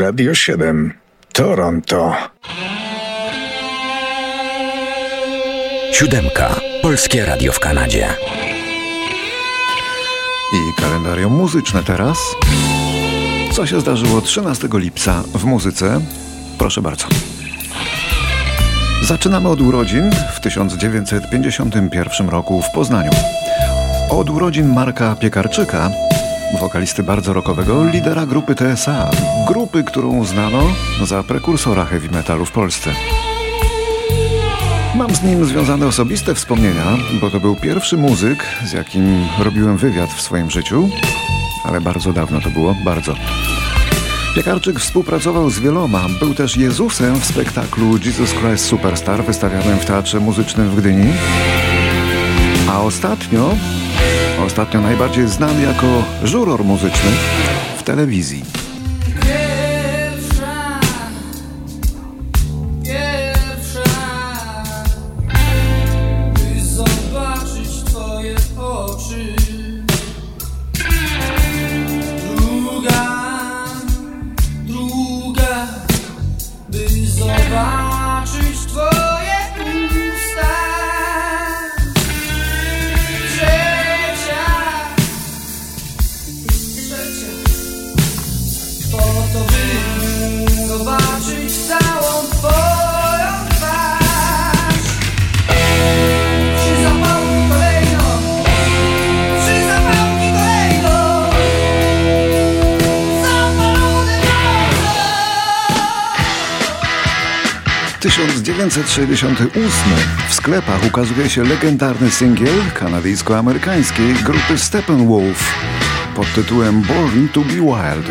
Radio 7 Toronto. 7. Polskie Radio w Kanadzie. I kalendarium muzyczne teraz. Co się zdarzyło 13 lipca w muzyce? Proszę bardzo. Zaczynamy od urodzin w 1951 roku w Poznaniu. Od urodzin Marka Piekarczyka, wokalisty bardzo rockowego, lidera grupy TSA, grupy, którą uznano za prekursora heavy metalu w Polsce. Mam z nim związane osobiste wspomnienia, bo to był pierwszy muzyk, z jakim robiłem wywiad w swoim życiu, ale bardzo dawno to było, bardzo. Piekarczyk współpracował z wieloma, był też Jezusem w spektaklu Jesus Christ Superstar wystawianym w Teatrze Muzycznym w Gdyni, a ostatnio najbardziej znany jako żuror muzyczny w telewizji. W 1968 w sklepach ukazuje się legendarny singiel kanadyjsko-amerykańskiej grupy Steppenwolf pod tytułem Born to be Wild.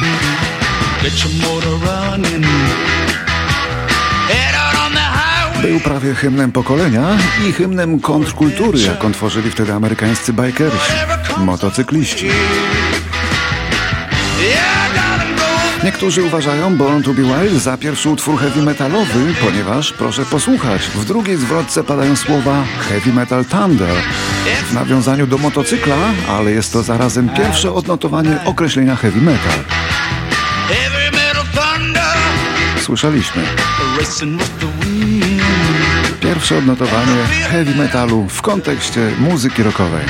Był prawie hymnem pokolenia i hymnem kontrkultury, jaką tworzyli wtedy amerykańscy bajkersi, motocykliści. Niektórzy uważają Born to be Wild za pierwszy utwór heavy metalowy, ponieważ, proszę posłuchać, w drugiej zwrotce padają słowa Heavy Metal Thunder w nawiązaniu do motocykla, ale jest to zarazem pierwsze odnotowanie określenia heavy metal. Słyszeliśmy. Pierwsze odnotowanie heavy metalu w kontekście muzyki rockowej.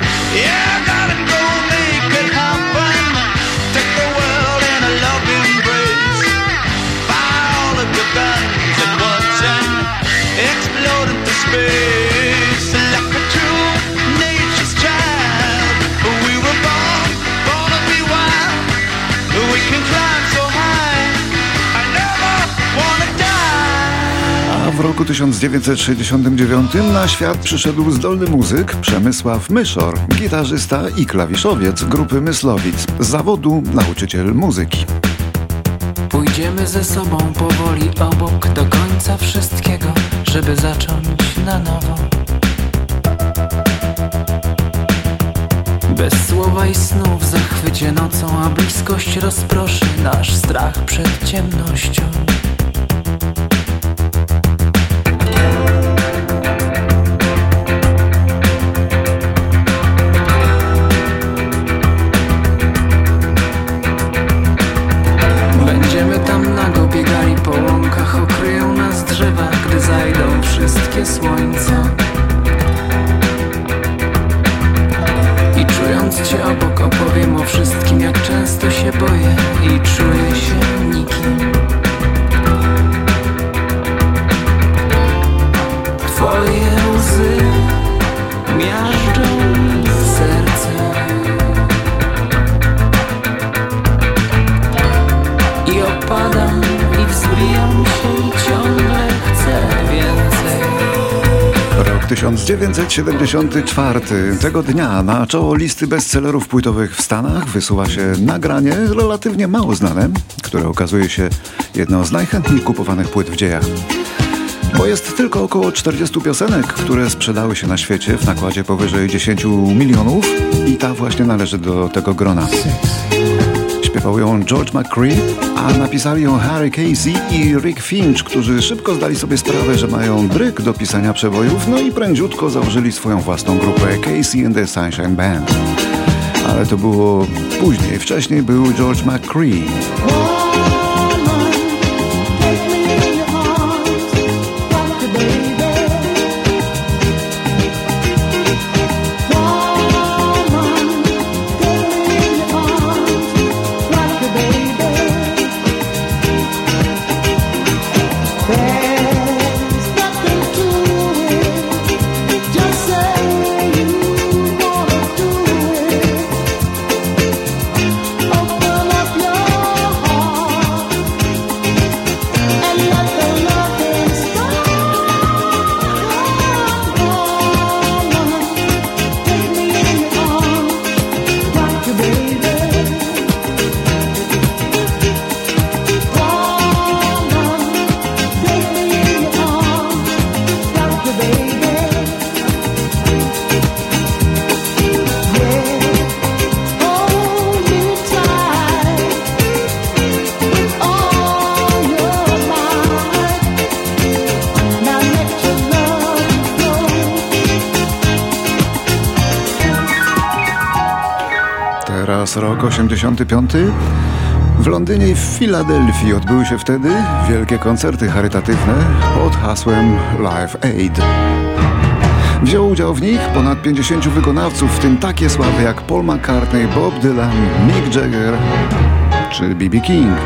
W roku 1969 na świat przyszedł zdolny muzyk Przemysław Myszor, gitarzysta i klawiszowiec grupy Myslowic, z zawodu nauczyciel muzyki. Pójdziemy ze sobą powoli obok do końca wszystkiego, żeby zacząć na nowo. Bez słowa i snu w zachwycie nocą, a bliskość rozproszy nasz strach przed ciemnością. Będziemy tam nago biegali po łąkach, okryją nas drzewa, gdy zajdą wszystkie słońca. I czując Cię obok opowiem o wszystkim, jak często się boję i czuję się nikim. Twoje łzy miażdżą mi serce i opadam i wzbijam się i ciągle chcę więcej. Rok 1974. Tego dnia na czoło listy bestsellerów płytowych w Stanach wysuwa się nagranie relatywnie mało znane, które okazuje się jedną z najchętniej kupowanych płyt w dziejach. Bo jest tylko około 40 piosenek, które sprzedały się na świecie w nakładzie powyżej 10 milionów i ta właśnie należy do tego grona. Śpiewał ją George McCrae, a napisali ją Harry Casey i Rick Finch, którzy szybko zdali sobie sprawę, że mają dryg do pisania przebojów, no i prędziutko założyli swoją własną grupę Casey and the Sunshine Band. Ale to było później, wcześniej był George McCrae. Rok 85. W Londynie i w Filadelfii odbyły się wtedy wielkie koncerty charytatywne pod hasłem Live Aid. Wzięło udział w nich ponad 50 wykonawców, w tym takie sławy jak Paul McCartney, Bob Dylan, Mick Jagger czy B.B. King.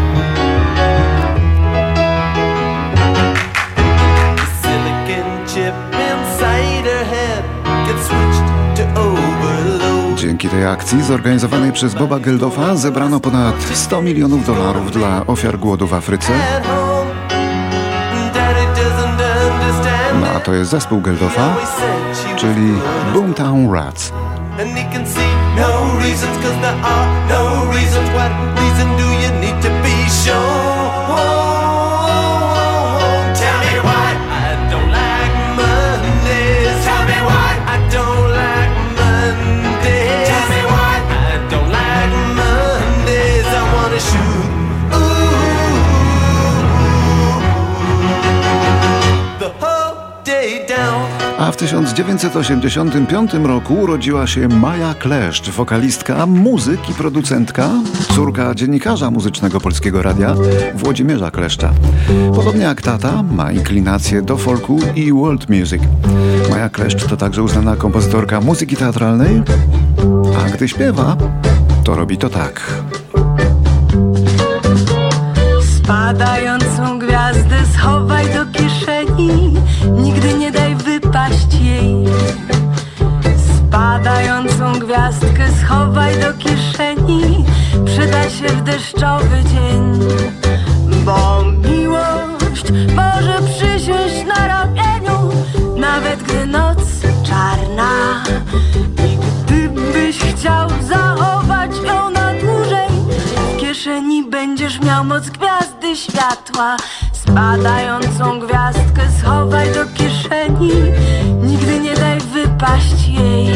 Dzięki tej akcji zorganizowanej przez Boba Geldoffa zebrano ponad $100 milionów dla ofiar głodu w Afryce. No a to jest zespół Geldoffa, czyli Boomtown Rats. A w 1985 roku urodziła się Maja Kleszcz, wokalistka, muzyk i producentka, córka dziennikarza muzycznego Polskiego Radia Włodzimierza Kleszcza. Podobnie jak tata, ma inklinację do folku i world music. Maja Kleszcz to także uznana kompozytorka muzyki teatralnej, a gdy śpiewa, to robi to tak. Spadającą gwiazdę schowaj do kieszeni, nigdy nie daj wypaść jej. Spadającą gwiazdkę schowaj do kieszeni, przyda się w deszczowy dzień. Bo miłość może przysiąść na ramieniu, nawet gdy noc czarna. I gdybyś chciał zachować ją na dłużej, w kieszeni będziesz miał moc gwiazdy światła. Spadającą gwiazdkę schowaj do kieszeni, nigdy nie daj wypaść jej.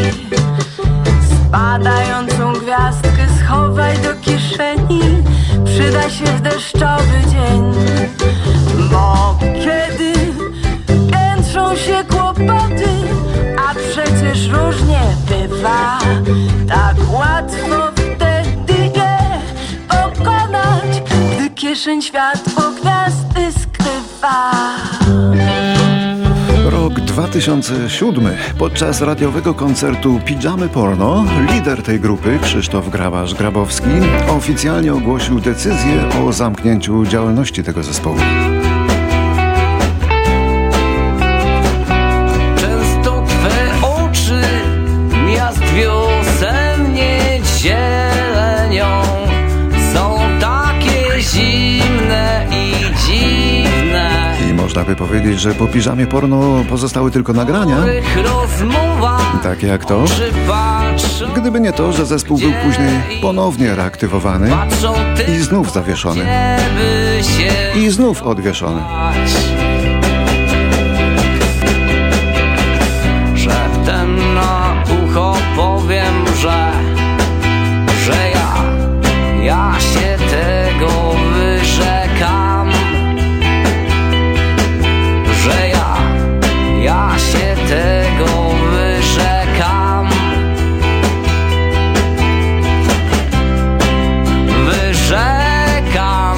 Spadającą gwiazdkę schowaj do kieszeni, przyda się w deszczowy dzień. Bo kiedy piętrzą się kłopoty, a przecież różnie bywa, tak łatwo wtedy je pokonać, gdy kieszeń światło gwiazdy skrywa. Rok 2007. Podczas radiowego koncertu Pidżamy Porno lider tej grupy, Krzysztof Grabasz-Grabowski, oficjalnie ogłosił decyzję o zamknięciu działalności tego zespołu. Często twe oczy miast wiosennie zielenią są takie zimne i dziwne. I można by powiedzieć, że po Piżamie Porno pozostały tylko nagrania, takie jak to. Gdyby nie to, że zespół był później ponownie reaktywowany i znów zawieszony. I znów odwieszony. Szeptem na ucho powiem, że ja się tego wyrzekam. Że ja się tego wyrzekam. Wyrzekam.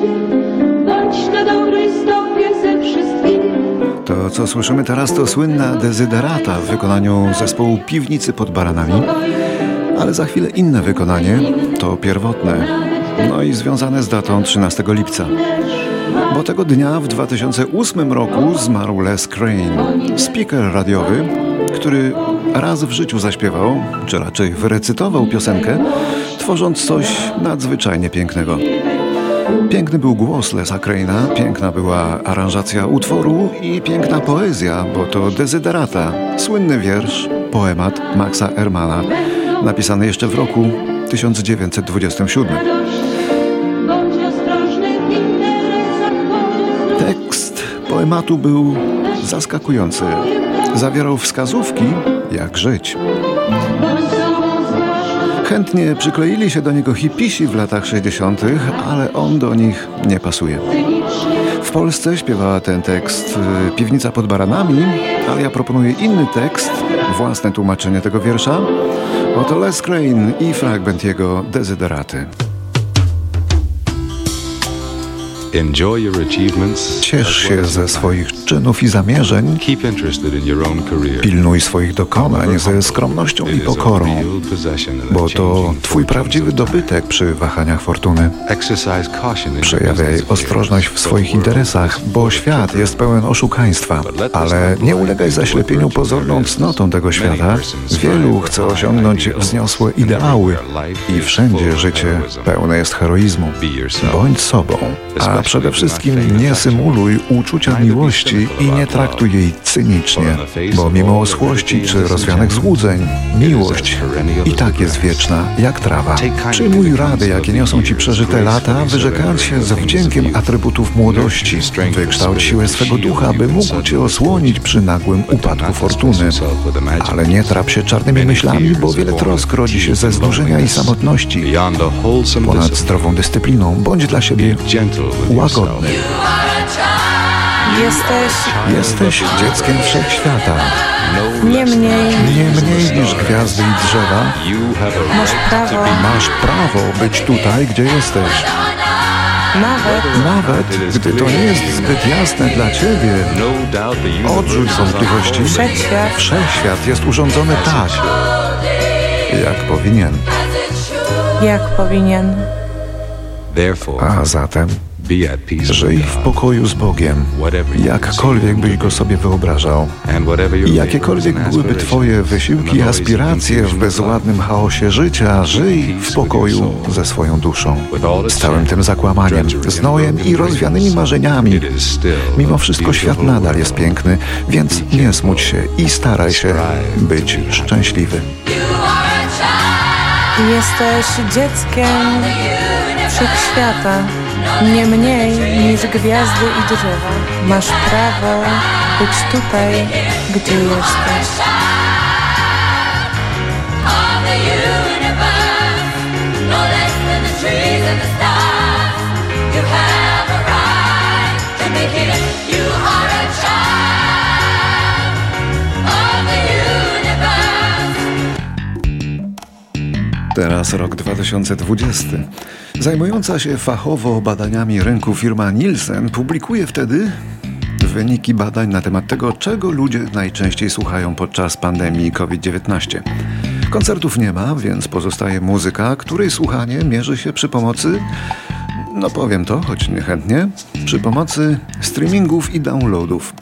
bądź na dobrej stopie ze wszystkimi. To, co słyszymy teraz, to słynna Desiderata w wykonaniu zespołu Piwnicy pod Baranami, ale za chwilę inne wykonanie, to pierwotne, no i związane z datą 13 lipca. Bo tego dnia w 2008 roku zmarł Les Crane, speaker radiowy, który raz w życiu zaśpiewał, czy raczej wyrecytował piosenkę, tworząc coś nadzwyczajnie pięknego. Piękny był głos Lesa Crane'a, piękna była aranżacja utworu i piękna poezja, bo to Desiderata, słynny wiersz, poemat Maxa Ehrmana, napisany jeszcze w roku 1927. Tekst poematu był zaskakujący. Zawierał wskazówki, jak żyć. Chętnie przykleili się do niego hipisi w latach 60., ale on do nich nie pasuje. W Polsce śpiewała ten tekst Piwnica pod Baranami, ale ja proponuję inny tekst, własne tłumaczenie tego wiersza. Oto Les Crane i fragment jego Desideraty. Ciesz się ze swoich czynów i zamierzeń, pilnuj swoich dokonań ze skromnością i pokorą, bo to twój prawdziwy dobytek przy wahaniach fortuny. Przejawiaj ostrożność w swoich interesach, bo świat jest pełen oszukaństwa, ale nie ulegaj zaślepieniu pozorną cnotą tego świata. Wielu chce osiągnąć wzniosłe ideały i wszędzie życie pełne jest heroizmu. Bądź sobą, a przede wszystkim nie symuluj uczucia miłości i nie traktuj jej cynicznie, bo mimo oschłości czy rozwianych złudzeń, miłość i tak jest wieczna, jak trawa. Przyjmuj rady, jakie niosą ci przeżyte lata, wyrzekając się z wdziękiem atrybutów młodości. Wykształć siłę swego ducha, by mógł cię osłonić przy nagłym upadku fortuny. Ale nie trap się czarnymi myślami, bo wiele trosk rodzi się ze znużenia i samotności. Ponad zdrową dyscypliną, bądź dla siebie łagodny. Jesteś dzieckiem wszechświata. Nie mniej niż gwiazdy i drzewa. Masz prawo być tutaj, gdzie jesteś. Nawet gdy to nie jest zbyt jasne dla ciebie, odrzuć wątpliwości. Wszechświat jest urządzony tak, jak powinien. A zatem żyj w pokoju z Bogiem, jakkolwiek byś go sobie wyobrażał. I jakiekolwiek byłyby twoje wysiłki i aspiracje w bezładnym chaosie życia, żyj w pokoju ze swoją duszą. Z całym tym zakłamaniem, znojem i rozwianymi marzeniami. Mimo wszystko świat nadal jest piękny, więc nie smuć się i staraj się być szczęśliwy. Jesteś dzieckiem wszechświata, nie mniej niż gwiazdy i drzewa. Masz prawo być tutaj, gdzie jesteś. Teraz rok 2020. Zajmująca się fachowo badaniami rynku firma Nielsen publikuje wtedy wyniki badań na temat tego, czego ludzie najczęściej słuchają podczas pandemii COVID-19. Koncertów nie ma, więc pozostaje muzyka, której słuchanie mierzy się przy pomocy, no powiem to, choć niechętnie, przy pomocy streamingów i downloadów.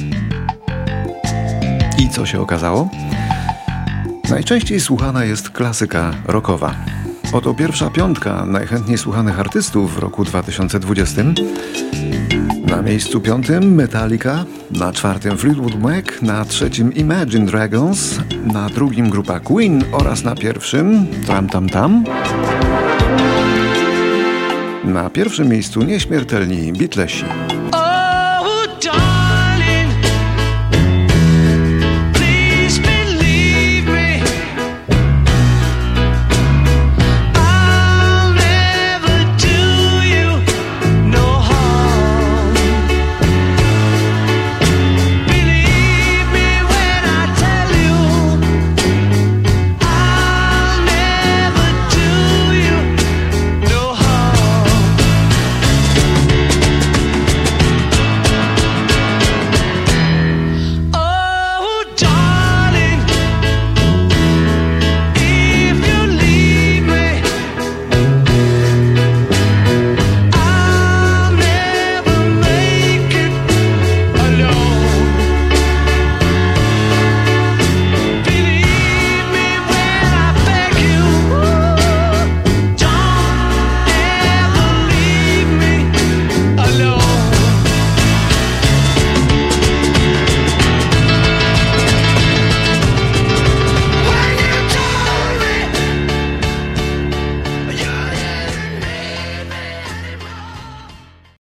I co się okazało? Najczęściej słuchana jest klasyka rockowa. Oto pierwsza piątka najchętniej słuchanych artystów w roku 2020. Na miejscu 5 Metallica, na 4 Fleetwood Mac, na 3 Imagine Dragons, na 2 grupa Queen oraz na 1 Tam Tam Tam. Na 1 miejscu nieśmiertelni Beatlesi.